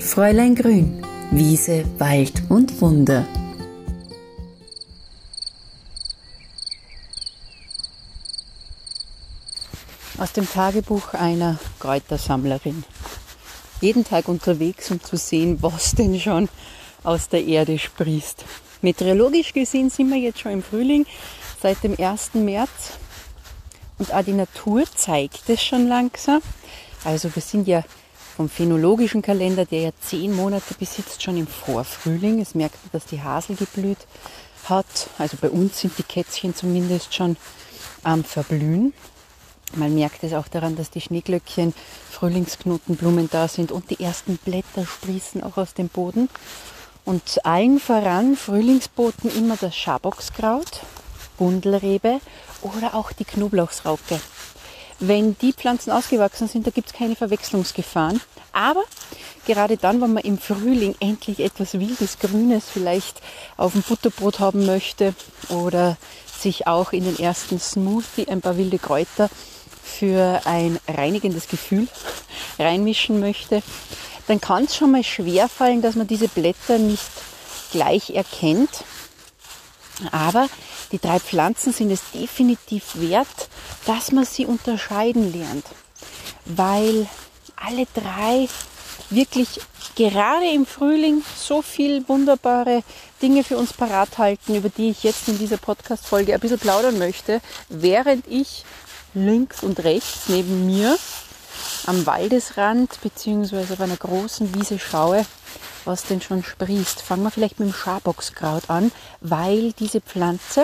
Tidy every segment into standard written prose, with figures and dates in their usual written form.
Fräulein Grün, Wiese, Wald und Wunder. Aus dem Tagebuch einer Kräutersammlerin. Jeden Tag unterwegs, um zu sehen, was denn schon aus der Erde sprießt. Meteorologisch gesehen sind wir jetzt schon im Frühling, seit dem 1. März. Und auch die Natur zeigt es schon langsam. Also wir sind ja vom phänologischen Kalender, der ja 10 Monate besitzt, schon im Vorfrühling. Es merkt man, dass die Hasel geblüht hat. Also bei uns sind die Kätzchen zumindest schon am Verblühen. Man merkt es auch daran, dass die Schneeglöckchen, Frühlingsknotenblumen da sind und die ersten Blätter sprießen auch aus dem Boden. Und allen voran Frühlingsboten immer das Schaboxkraut, Gundelrebe oder auch die Knoblauchsrauke. Wenn die Pflanzen ausgewachsen sind, da gibt es keine Verwechslungsgefahren. Aber gerade dann, wenn man im Frühling endlich etwas Wildes, Grünes vielleicht auf dem Butterbrot haben möchte oder sich auch in den ersten Smoothie ein paar wilde Kräuter für ein reinigendes Gefühl reinmischen möchte, dann kann es schon mal schwerfallen, dass man diese Blätter nicht gleich erkennt. Aber die 3 Pflanzen sind es definitiv wert, dass man sie unterscheiden lernt. Weil alle 3 wirklich gerade im Frühling so viel wunderbare Dinge für uns parat halten, über die ich jetzt in dieser Podcast-Folge ein bisschen plaudern möchte, während ich links und rechts neben mir am Waldesrand bzw. auf einer großen Wiese schaue, was denn schon sprießt. Fangen wir vielleicht mit dem Schaboxkraut an, weil diese Pflanze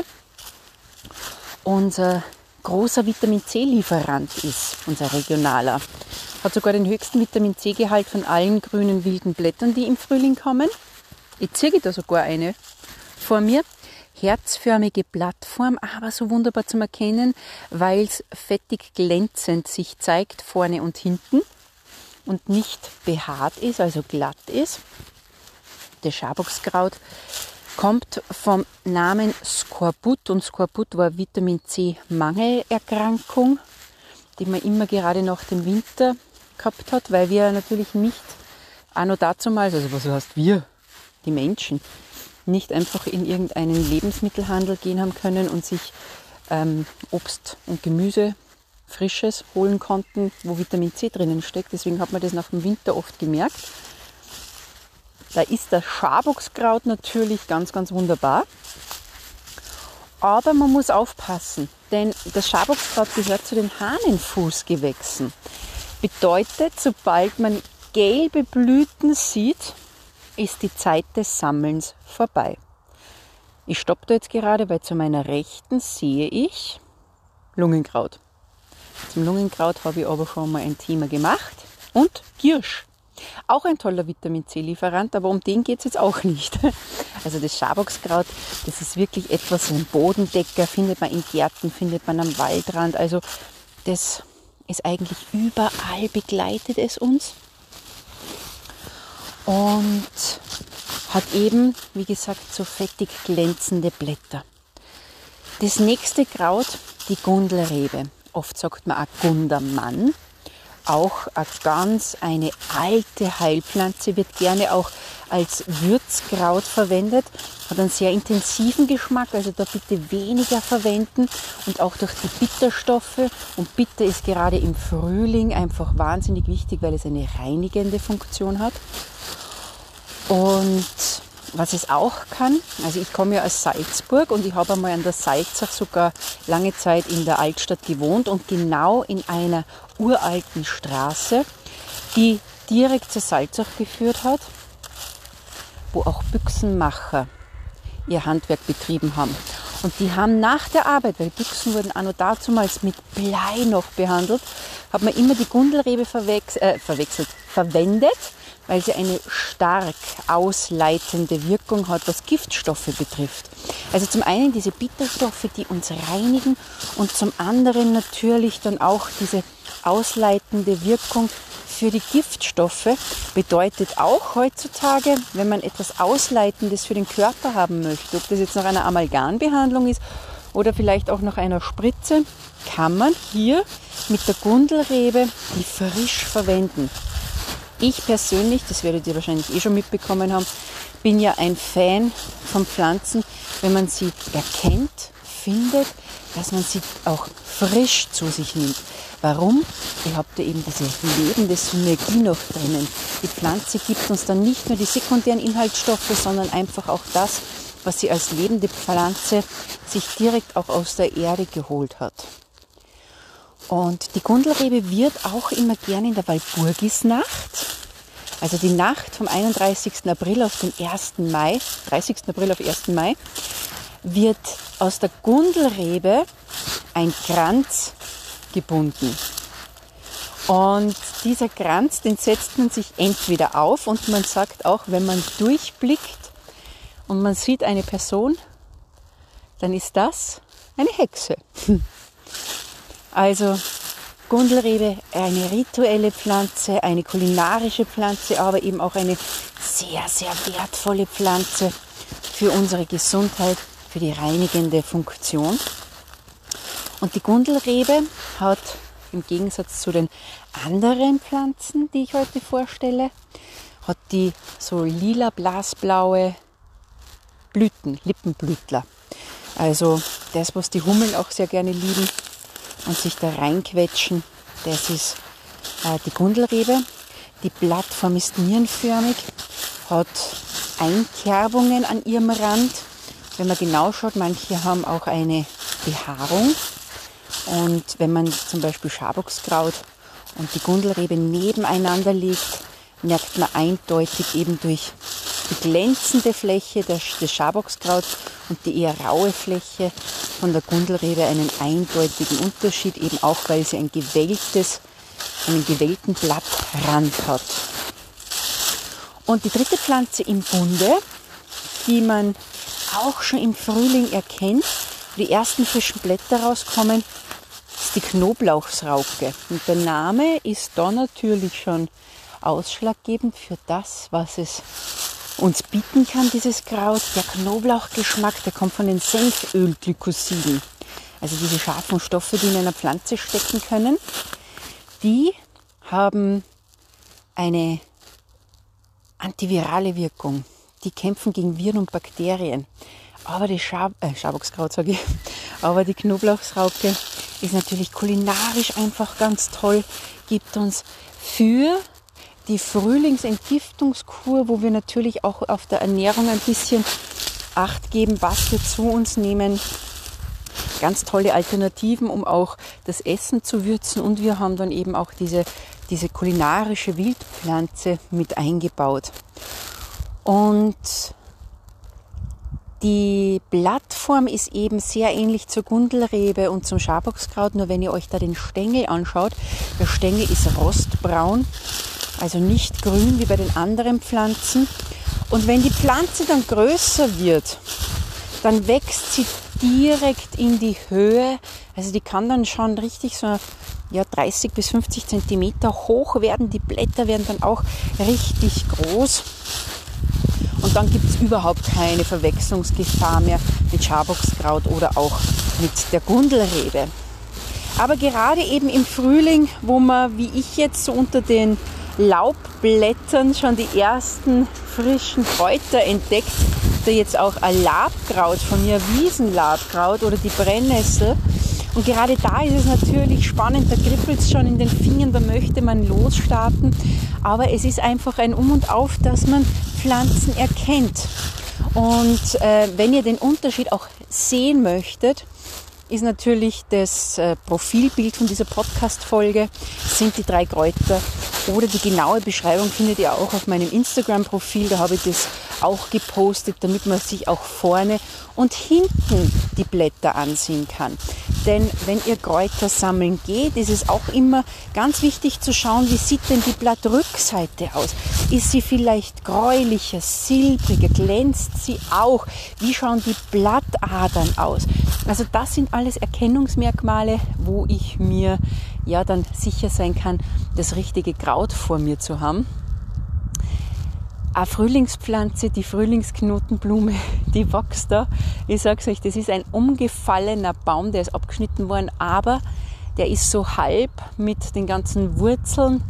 unser großer Vitamin-C-Lieferant ist, unser regionaler. Hat sogar den höchsten Vitamin-C-Gehalt von allen grünen wilden Blättern, die im Frühling kommen. Jetzt sehe ich da sogar eine vor mir. Herzförmige Blattform, aber so wunderbar zum Erkennen, weil es fettig glänzend sich zeigt, vorne und hinten und nicht behaart ist, also glatt ist. Das Schaboxkraut kommt vom Namen Skorbut und Skorbut war Vitamin-C-Mangelerkrankung, die man immer gerade nach dem Winter gehabt hat, weil wir natürlich nicht, auch noch dazumals, also was heißt wir, die Menschen, nicht einfach in irgendeinen Lebensmittelhandel gehen haben können und sich Obst und Gemüse Frisches holen konnten, wo Vitamin C drinnen steckt. Deswegen hat man das nach dem Winter oft gemerkt. Da ist das Schaboxkraut natürlich ganz, ganz wunderbar. Aber man muss aufpassen, denn das Schaboxkraut gehört zu den Hahnenfußgewächsen. Bedeutet, sobald man gelbe Blüten sieht, ist die Zeit des Sammelns vorbei. Ich stoppe da jetzt gerade, weil zu meiner Rechten sehe ich Lungenkraut. Zum Lungenkraut habe ich aber schon mal ein Thema gemacht. Und Giersch. Auch ein toller Vitamin-C-Lieferant, aber um den geht es jetzt auch nicht. Also das Schaboxkraut, das ist wirklich etwas, ein Bodendecker, findet man in Gärten, findet man am Waldrand. Also das ist eigentlich überall, begleitet es uns. Und hat eben, wie gesagt, so fettig glänzende Blätter. Das nächste Kraut, die Gundelrebe. Oft sagt man auch Gundermann. Auch eine alte Heilpflanze, wird gerne auch als Würzkraut verwendet. Hat einen sehr intensiven Geschmack, also da bitte weniger verwenden. Und auch durch die Bitterstoffe. Und Bitter ist gerade im Frühling einfach wahnsinnig wichtig, weil es eine reinigende Funktion hat. Und was es auch kann, also ich komme ja aus Salzburg und ich habe einmal an der Salzach sogar lange Zeit in der Altstadt gewohnt und genau in einer uralten Straße, die direkt zur Salzach geführt hat, wo auch Büchsenmacher ihr Handwerk betrieben haben. Und die haben nach der Arbeit, weil Büchsen wurden auch noch dazumals mit Blei noch behandelt, hat man immer die Gundelrebe verwendet, weil sie eine stark ausleitende Wirkung hat, was Giftstoffe betrifft. Also zum einen diese Bitterstoffe, die uns reinigen und zum anderen natürlich dann auch diese ausleitende Wirkung für die Giftstoffe. Bedeutet auch heutzutage, wenn man etwas Ausleitendes für den Körper haben möchte, ob das jetzt nach einer Amalgambehandlung ist oder vielleicht auch nach einer Spritze, kann man hier mit der Gundelrebe die frisch verwenden. Ich persönlich, das werdet ihr wahrscheinlich schon mitbekommen haben, bin ja ein Fan von Pflanzen, wenn man sie erkennt, findet, dass man sie auch frisch zu sich nimmt. Warum? Ihr habt ja eben diese lebende Synergie noch drinnen. Die Pflanze gibt uns dann nicht nur die sekundären Inhaltsstoffe, sondern einfach auch das, was sie als lebende Pflanze sich direkt auch aus der Erde geholt hat. Und die Gundelrebe wird auch immer gerne in der Walpurgisnacht, also die Nacht vom 31. April auf den 1. Mai, 30. April auf 1. Mai, wird aus der Gundelrebe ein Kranz gebunden. Und dieser Kranz, den setzt man sich entweder auf und man sagt auch, wenn man durchblickt und man sieht eine Person, dann ist das eine Hexe. Also Gundelrebe, eine rituelle Pflanze, eine kulinarische Pflanze, aber eben auch eine sehr, sehr wertvolle Pflanze für unsere Gesundheit, für die reinigende Funktion. Und die Gundelrebe hat im Gegensatz zu den anderen Pflanzen, die ich heute vorstelle, hat die so lila, blasblaue Blüten, Lippenblütler. Also das, was die Hummeln auch sehr gerne lieben und sich da reinquetschen, das ist die Gundelrebe. Die Blattform ist nierenförmig, hat Einkerbungen an ihrem Rand. Wenn man genau schaut, manche haben auch eine Behaarung. Und wenn man zum Beispiel Schaboxkraut und die Gundelrebe nebeneinander legt, merkt man eindeutig eben durch die glänzende Fläche des Schaboxkrauts und die eher raue Fläche von der Gundelrebe einen eindeutigen Unterschied, eben auch weil sie einen gewellten Blattrand hat. Und die dritte Pflanze im Bunde, die man auch schon im Frühling erkennt, wo die ersten frischen Blätter rauskommen, ist die Knoblauchsrauke. Und der Name ist da natürlich schon ausschlaggebend für das, was es uns bieten kann, dieses Kraut. Der Knoblauchgeschmack, der kommt von den Senfölglykosiden. Also diese scharfen Stoffe, die in einer Pflanze stecken können, die haben eine antivirale Wirkung. Die kämpfen gegen Viren und Bakterien. Aber die Schaboxkraut, sage ich, aber die Knoblauchsrauke ist natürlich kulinarisch einfach ganz toll, gibt uns für die Frühlingsentgiftungskur, wo wir natürlich auch auf der Ernährung ein bisschen Acht geben, was wir zu uns nehmen. Ganz tolle Alternativen, um auch das Essen zu würzen. Und wir haben dann eben auch diese kulinarische Wildpflanze mit eingebaut. Und die Blattform ist eben sehr ähnlich zur Gundelrebe und zum Schaboxkraut, nur wenn ihr euch da den Stängel anschaut, der Stängel ist rostbraun, also nicht grün wie bei den anderen Pflanzen. Und wenn die Pflanze dann größer wird, dann wächst sie direkt in die Höhe. Also die kann dann schon richtig so 30 bis 50 Zentimeter hoch werden. Die Blätter werden dann auch richtig groß. Und dann gibt es überhaupt keine Verwechslungsgefahr mehr mit Schaboxkraut oder auch mit der Gundelrebe. Aber gerade eben im Frühling, wo man, wie ich jetzt, so unter den Laubblättern schon die ersten frischen Kräuter entdeckt, da jetzt auch ein Labkraut von mir, Wiesenlabkraut oder die Brennnessel. Und gerade da ist es natürlich spannend, da kribbelt es schon in den Fingern, da möchte man losstarten. Aber es ist einfach ein Um und Auf, dass man Pflanzen erkennt. Und wenn ihr den Unterschied auch sehen möchtet, ist natürlich das Profilbild von dieser Podcast-Folge, sind die 3 Kräuter. Oder die genaue Beschreibung findet ihr auch auf meinem Instagram-Profil. Da habe ich das auch gepostet, damit man sich auch vorne und hinten die Blätter ansehen kann. Denn wenn ihr Kräuter sammeln geht, ist es auch immer ganz wichtig zu schauen, wie sieht denn die Blattrückseite aus? Ist sie vielleicht gräulicher, silbriger, glänzt sie auch? Wie schauen die Blattadern aus? Also das sind alles Erkennungsmerkmale, wo ich mir dann sicher sein kann, das richtige Kraut vor mir zu haben. Eine Frühlingspflanze, die Frühlingsknotenblume, die wächst da. Ich sag's euch, das ist ein umgefallener Baum, der ist abgeschnitten worden, aber der ist so halb mit den ganzen Wurzeln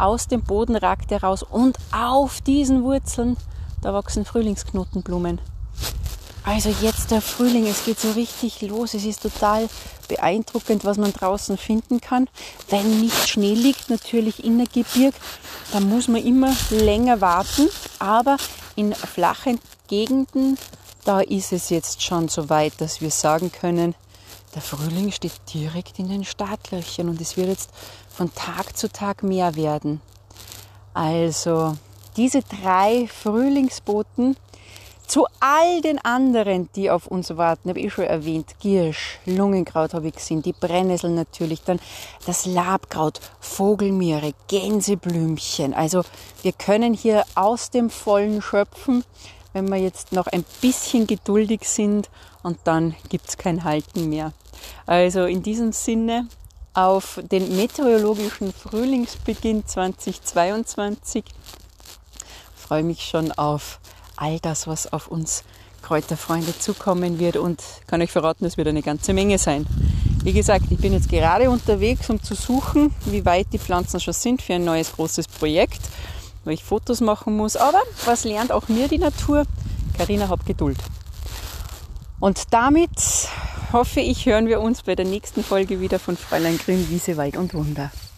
aus dem Boden ragt er raus und auf diesen Wurzeln, da wachsen Frühlingsknotenblumen. Also jetzt der Frühling, es geht so richtig los. Es ist total beeindruckend, was man draußen finden kann. Wenn nicht Schnee liegt, natürlich in der Gebirg, da muss man immer länger warten. Aber in flachen Gegenden, da ist es jetzt schon so weit, dass wir sagen können, der Frühling steht direkt in den Startlöchern und es wird jetzt von Tag zu Tag mehr werden. Also diese 3 Frühlingsboten zu all den anderen, die auf uns warten, habe ich schon erwähnt, Giersch, Lungenkraut habe ich gesehen, die Brennnessel natürlich, dann das Labkraut, Vogelmiere, Gänseblümchen. Also wir können hier aus dem Vollen schöpfen, wenn wir jetzt noch ein bisschen geduldig sind und dann gibt es kein Halten mehr. Also in diesem Sinne auf den meteorologischen Frühlingsbeginn 2022 freue mich schon auf all das, was auf uns Kräuterfreunde zukommen wird und kann euch verraten, es wird eine ganze Menge sein. Wie gesagt, ich bin jetzt gerade unterwegs, um zu suchen, wie weit die Pflanzen schon sind für ein neues großes Projekt, wo ich Fotos machen muss. Aber was lernt auch mir die Natur? Carina, hab Geduld. Und damit hoffe ich, hören wir uns bei der nächsten Folge wieder von Fräulein Grün, Wiese, Wald und Wunder.